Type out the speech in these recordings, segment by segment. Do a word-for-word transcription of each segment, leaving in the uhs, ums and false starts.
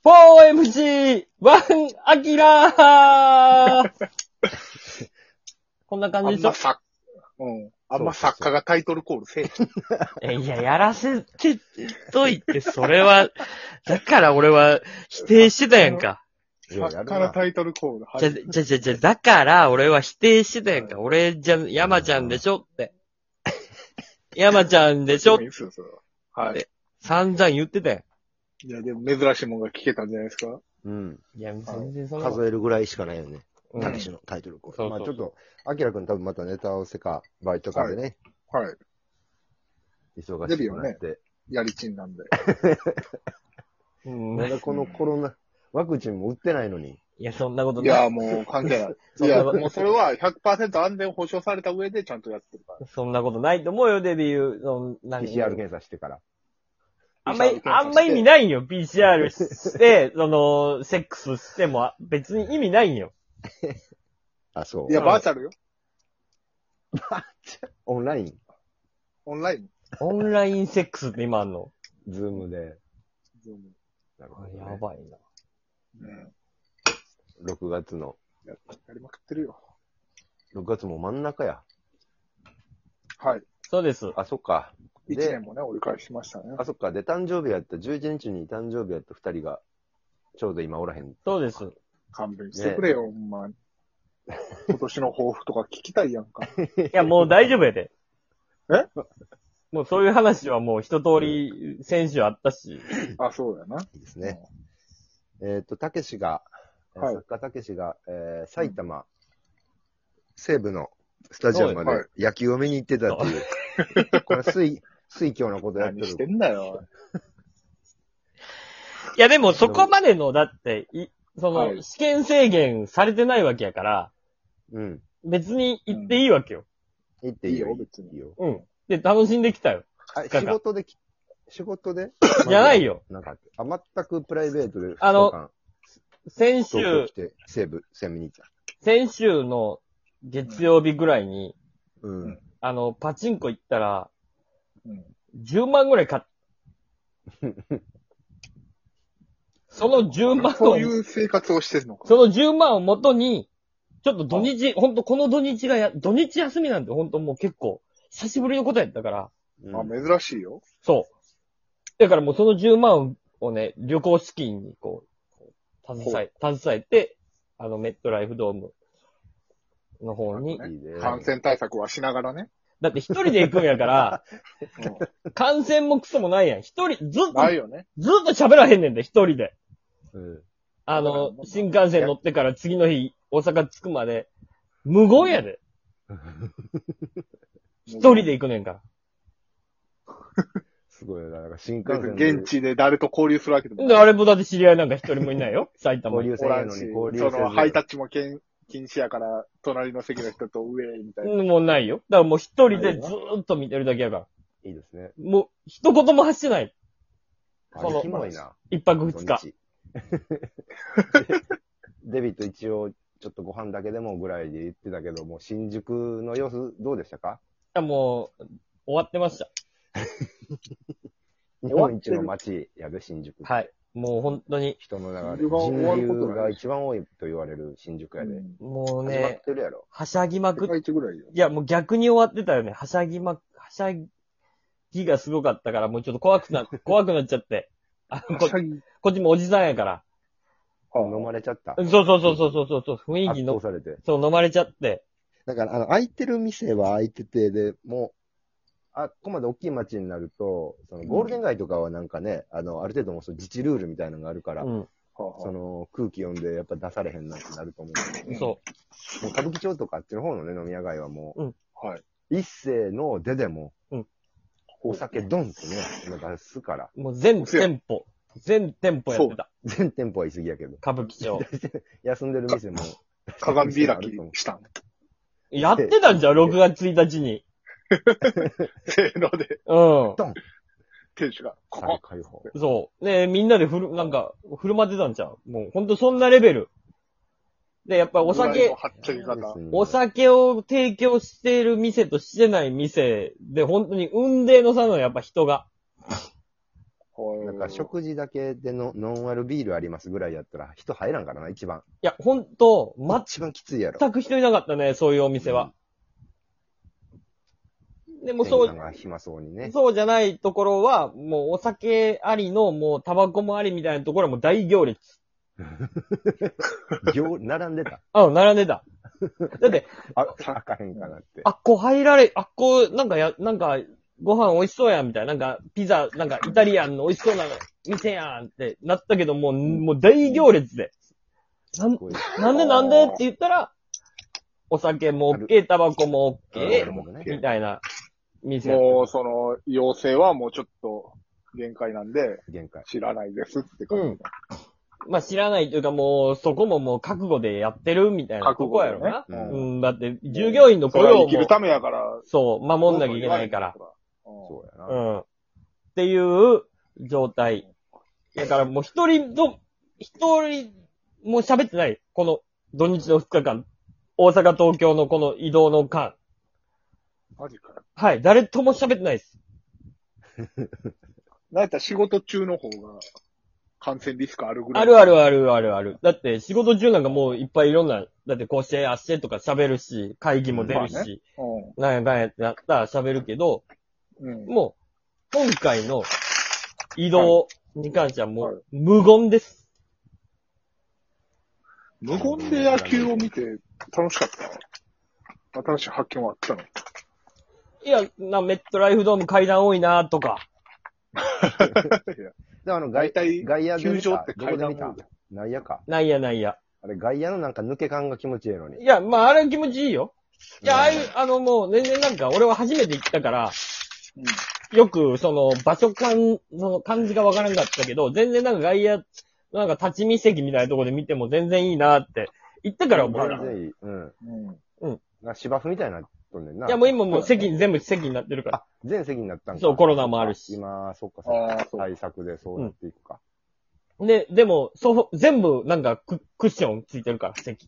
フォーエムシーワン アキラーこんな感じでしょあんまさ、うん。あんま作家がタイトルコールせえ。 いや、やらせてといて、それは、だから俺は否定してたやんか。 作家のタイトルコール。 じゃ、じゃ、じゃ、じゃ、だから俺は否定してたやんか。俺じゃ、山ちゃんでしょって。山ちゃんでしょっいいっすよ、それは。はい。 て散々言ってたやん。 いや、でも珍しいものが聞けたんじゃないですか。 うん。 いや、全然そんな。 数えるぐらいしかないよね。 うんたけしのタイトルコール。 そうそうまあちょっと、あきらくん多分またネタ合わせか、バイトかでね、 はい。 忙しいもらって。 やりちんなんで。 うんまだこのコロナ、ワクチンも打ってないのに。 いや、そんなことない。 いや、もう関係ない。いや、もうそれは ひゃくパーセント 安全保障された上でちゃんとやってるから。 そんなことないと思うよ、デビュー。そんなピーシーアール 検査してから。 あんまり、あんま意味ないよ、ピーシーアール して、その、セックスしても別に意味ないよ。 あ、そう。 いや、バーチャルよ。 オンライン、 オンライン。 オンラインセックスって今あんの。 ズームで。 ズームなるほどねやばいな。 うん。 ろくがつの。 ややりまくってるよ。 ろくがつも真ん中や。 はい。 そうです。 あ、そっか。 一で年もね、折り返しましたね。 あ、そっか。で、誕生日やった、じゅういちにちに誕生日やったふたりが、ちょうど今おらへん。 そうです。 勘弁してくれよ、ほんまに。今年の抱負とか聞きたいやんか。 いや、もう大丈夫やで。 えもうそういう話はもう一通り先週あったし。 あ、そうやな。 いいですね。えっと、たけしが、 はい作家たけしが、えー埼玉、西部のスタジアムまはいで野球を見に行ってたっていう、これ水、水教のことやって何してる。 んだよ。 いや、でもそこまでの、だって、い、その、 はい試験制限されてないわけやから、 うん。 別に行っていいわけよ。 行っていいよ、 いいよ別にいいよ。 うん。で、楽しんできたよ。 あ、 二日間仕事でき、仕事でじゃないよ。 なんか、あ、全くプライベートで、 あのふつかかん先週東京来、て、西部、西部に行った。 先週の月曜日ぐらいに、 うん。 あの、パチンコ行ったら、 うん。 じゅうまんぐらい買っ、そのじゅうまんをそう、いう生活をしてるのか。 そのじゅうまんを元に、ちょっと土日、ほんとこの土日がや、土日休みなんてほんともう結構、久しぶりのことやったから、 うんあ、珍しいよ。 そう。だからもうそのじゅうまんをね、旅行資金にこう、携え、携えて、あの、メットライフドームの方に、 ねいいね。 感染対策はしながらね。 だって一人で行くんやから、感染もクソもないやん。一人、ずっと、 ないよね。 ずっと喋らへんねんで、一人で。 うん。 あの、新幹線乗ってから次の日、大阪着くまで、無言やで。一人で行くねんから。 すごいな。なんか新幹線で現地で誰と交流するわけでもで、 ない。 あれもだって知り合いなんか一人もいないよ。埼玉に。 交流せんやのに交流せず。 その、ハイタッチもけん禁止やから、隣の席の人と上みたいな。 もうないよ。だからもう一人でずーっと見てるだけやから。 いいですね。 もう、一言も発してない。 あそのキモいな。 一泊二日。 土日デビット一応、ちょっとご飯だけでもぐらいで言ってたけど、もう新宿の様子どうでしたか？ いやもう、終わってました。 日本一の街やで、新宿。 はい。もう本当に、 人の流れ。 新宿が終人わることない流が一番多いと言われる新宿やで。 うんもう始まっね、 てるやろ。 はしゃぎまくっ世界一ぐらいよ。 いや、もう逆に終わってたよね。はしゃぎま、はしゃぎがすごかったから、もうちょっと怖くな、怖くなっちゃって。あのこはしゃぎ。 こっちもおじさんやから。 飲まれちゃった。 そうそうそうそうそうそうそう、雰囲圧気の、 倒されて。 そう、飲まれちゃって。 だから、あの、空いてる店は空いてて、で、もう、あ、ここまで大きい街になると、そのゴールデン街とかはなんかね、あの、ある程度もうそう自治ルールみたいなのがあるから、 うん。 はあはあその空気読んでやっぱ出されへんなってなると思うんだけど、 そもう歌舞伎町とかあっちの方のね、飲み屋街はもう、 はい。 一斉の出でも、 うんお酒ドンってね、今出すから、 う。もう全店舗、全店舗やってた。 全店舗は言い過ぎやけど、 歌舞伎町。 休んでる店も、 鏡開きしたん。 やってたんじゃん、ろくがつついたちに。 せーので、 うん。 ドン店主が、こ酒こ。 解放。 そう。ねみんなでふる、なんか、振る舞ってたんちゃうもうほんとそんなレベル。で、やっぱりお酒ぐらいの、はっちゃけ方。 お酒を提供している店としてない店で、本当に運命の差のやっぱ人が。 なんか食事だけでのノンアルビールありますぐらいやったら人入らんからな、一番。 いや、ほんと、 一番きついやろ。 全く人いなかったね、そういうお店は。でもそう、 店員さんが暇そうにね。 そうじゃないところは、もうお酒ありの、もうタバコもありみたいなところはもう大行列。 行、並んでた。 あ、並んでた。だって、 あ、開かへんかなって。 あっこ入られ、あっこ、なんかや、なんか、ご飯美味しそうやんみたいな。なんか、ピザ、なんかイタリアンの美味しそうな店やんってなったけど、もう、もう大行列で。なんなんでなんでって言ったら、お酒も OK、タバコも OK、みたいな店。 もう、その、要請はもうちょっと限界なんで、 限界。 知らないですって感じ。うんまあ知らないというかもう、そこももう覚悟でやってるみたいなとこやろな。 ね、 うん。だって、従業員の雇用も。 生きるためやから。 そう、守んなきゃいけないから。 そうやな。 うん。っていう状態。だからもう一人と、一人もう喋ってない。この土日の二日間。大阪、東京のこの移動の間。 マジかよ。 はい。誰とも喋ってないです。 なんやったら仕事中の方が。感染リスクあるぐらい。 あるあるあるあるある。だって仕事中なんかもういっぱいいろんな、だってこうしてあしてとか喋るし、会議も出るし、まあね、うん、なんやかんやってなったら喋るけど、うん、もう、今回の移動に関してはもう無言です。 はい、無言で野球を見て楽しかった新しい発見はあったの？ いや、な、メットライフドーム階段多いなとか。 で、あの、外、外野で球場って階段見た内野か。 内野内野。 あれ、外野のなんか抜け感が気持ちいいのに。 いや、まあ、あれは気持ちいいよ。いや、ああいう、あの、もう、全然なんか、俺は初めて行ったから、うん、よく、その、場所感、その感じがわからんかったけど、全然なんか外野、なんか立ち見席みたいなところで見ても全然いいなって、言ったから思う。 全然いい。うん。うん。うん。芝生みたいな。 いや、もう今もう席に、全部席になってるから。 あ、全席になったんか。 そう、コロナもあるし。 今、そっかそっか。対策でそうなっていくか。 うん、で、でも、そう、全部なんかククッションついてるから、席。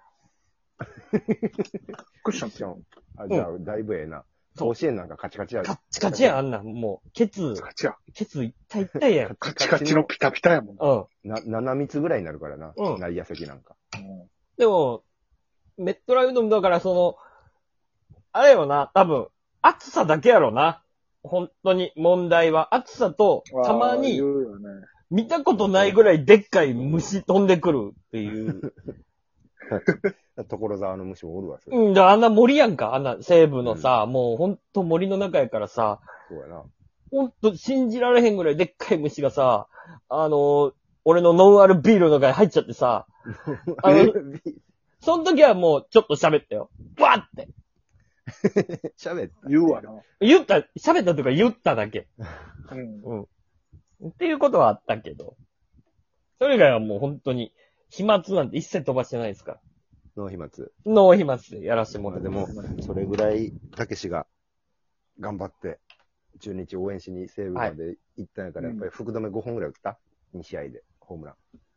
クッションついてる。 あ、じゃあ、だいぶええな。甲子園なんかカチカチやカッチカチやん、あんな。もう、ケツ。 カチや。 ケツいったいったいやん。 カチカチのピタピタやもん。 うん。な、なな密ぐらいになるからな。うん。内野席なんか。 うん。でも、メットライフドームだからその、あれよな、多分、暑さだけやろな。本当に問題は。暑さと、たまに、見たことないぐらいでっかい虫飛んでくるっていう。 所沢の虫もおるわ、 それ。うん、じゃああんな森やんか。あんな西部のさ、うん、もうほんと森の中やからさ。 そうやな。 ほんと信じられへんぐらいでっかい虫がさ、あのー、俺のノンアルビールの中に入っちゃってさ、あの、その時はもうちょっと喋ったよ。わーって。 喋った。 言うわな。 言った、喋ったとか言っただけ。うん。うん。っていうことはあったけど。それ以外はもう本当に、飛沫なんて一切飛ばしてないですから。 ノー飛沫。 ノー飛沫でやらせてもらって。 でも、それぐらい、たけしが頑張って、中日応援しに西武まで行ったんやから、はい、やっぱり福留ごほんぐらい打った ?に 試合で、ホームラ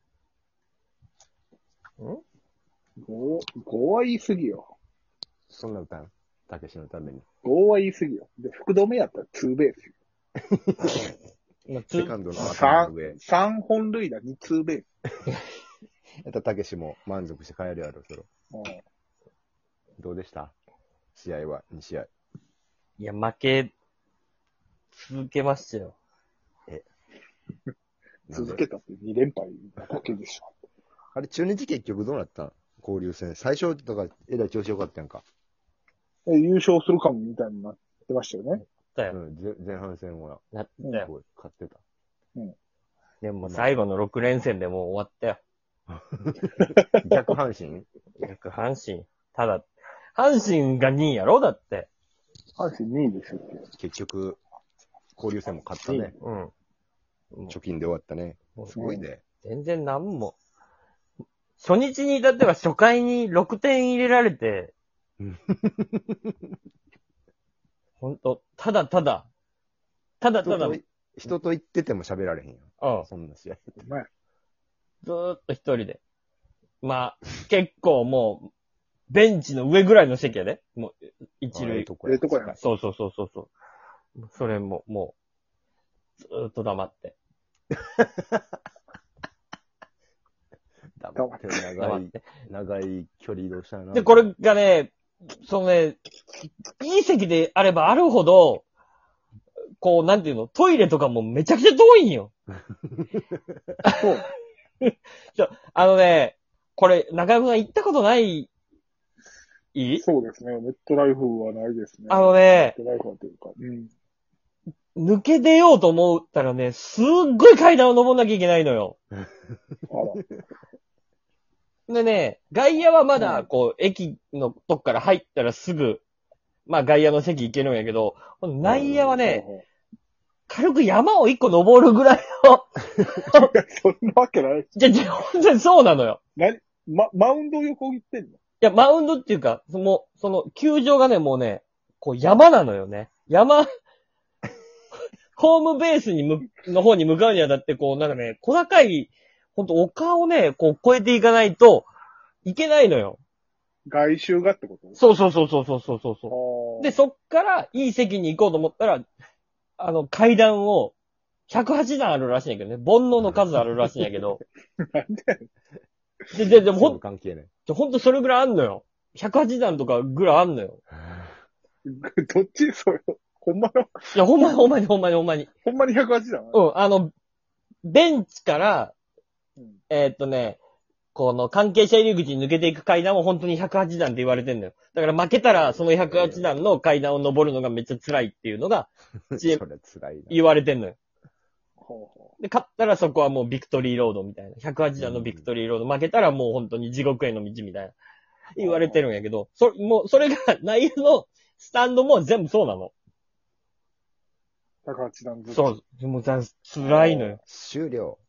ン。ん ?ご、ごは言い過ぎよ。 そんな歌たけしのために。 ごは言い過ぎよ。で、福留やったらツーベースよ。セカンドの頭の上。さんほん塁打にツーベース。 やったらたけしも満足して帰るやろ、それ。うん、どうでした試合は、に試合。 いや、負け、続けましたよ。 え続けたってに連敗だけでしょ。 あれ、中日結局どうなった交流戦。最初とか、えらい調子良かったやんか。 え、優勝するかもみたいになってましたよね。 だよ。 うん、前半戦は。 なったよ。 勝ってた。 うん。でも最後のろく連戦でもう終わったよ。 逆阪神逆阪神。ただ、阪神がにいやろだって。 阪神にいですよ。 結局、交流戦も勝ったね。うん。貯金で終わったね。すごいね。 全然なんも。初日に至っては初回にろくてん入れられて、ほんと、ただただ、ただただ、 人と言ってても喋られへんよ。 うん。 そんな試合。 ずーっと一人で。まあ、結構もう、ベンチの上ぐらいの席やで。もう、一塁。 ええとこや。 そうそうそうそうそう。それも、もう、ずーっと黙って。 黙って長い、長い距離移動したな。 で、これがね、そのね、いい席であればあるほど、こう、なんていうの、トイレとかもめちゃくちゃ遠いんよ。 そう。 ちょ、あのね、これ、中山さん行ったことないいいそうですね。ネットライフはないですね。 あのね、 ネットライフはというか。うん。 抜け出ようと思ったらね、すっごい階段を登んなきゃいけないのよ。 あら。 でね、外野はまだ、 うんこう、駅のとこから入ったらすぐ、まあ外野の席行けるんやけど、内野はね、 ほうほう軽く山を一個登るぐらいの、 いや、そんなわけない。 じゃ、じゃ、本当にそうなのよ。 何ま、マウンドを横切ってんのいや、マウンドっていうか、その、その、球場がね、もうね、こう山なのよね。山、ホームベースにむ、の方に向かうにあたって、こう、なんかね、小高い、ほんと丘をね、こう越えていかないといけないのよ。 外周がってことそうそうそうそうそうそうそう。で、そっからいい席に行こうと思ったら、あの、階段を、ひゃくはちだんあるらしいんやけどね。煩悩の数あるらしいんやけど。 なんでで、で、でもほん、 関係ない。 ほんとそれぐらいあんのよ。ひゃくはちだんとかぐらいあんのよ。 どっちそれ、ほんまの、 いや、ほんまにほんまにほんまにほんまに。 ほんまにひゃくはちだな。 うん、あの、ベンチから、 うんえーっとね、この関係者入り口に抜けていく階段を本当にひゃくはちだんって言われてんのよ。だから負けたらそのひゃくはちだんの階段を登るのがめっちゃ辛いっていうのがそれ辛いな。 言われてんのよ。 ほうほで、勝ったらそこはもうビクトリーロードみたいな。ひゃくはちだんのビクトリーロード。負けたらもう本当に地獄への道みたいな。言われてるんやけど、そ、もう、それが内野のスタンドも全部そうなの。 うひゃくはちだんずつ。 そう。もうざ辛いのよ。 終了。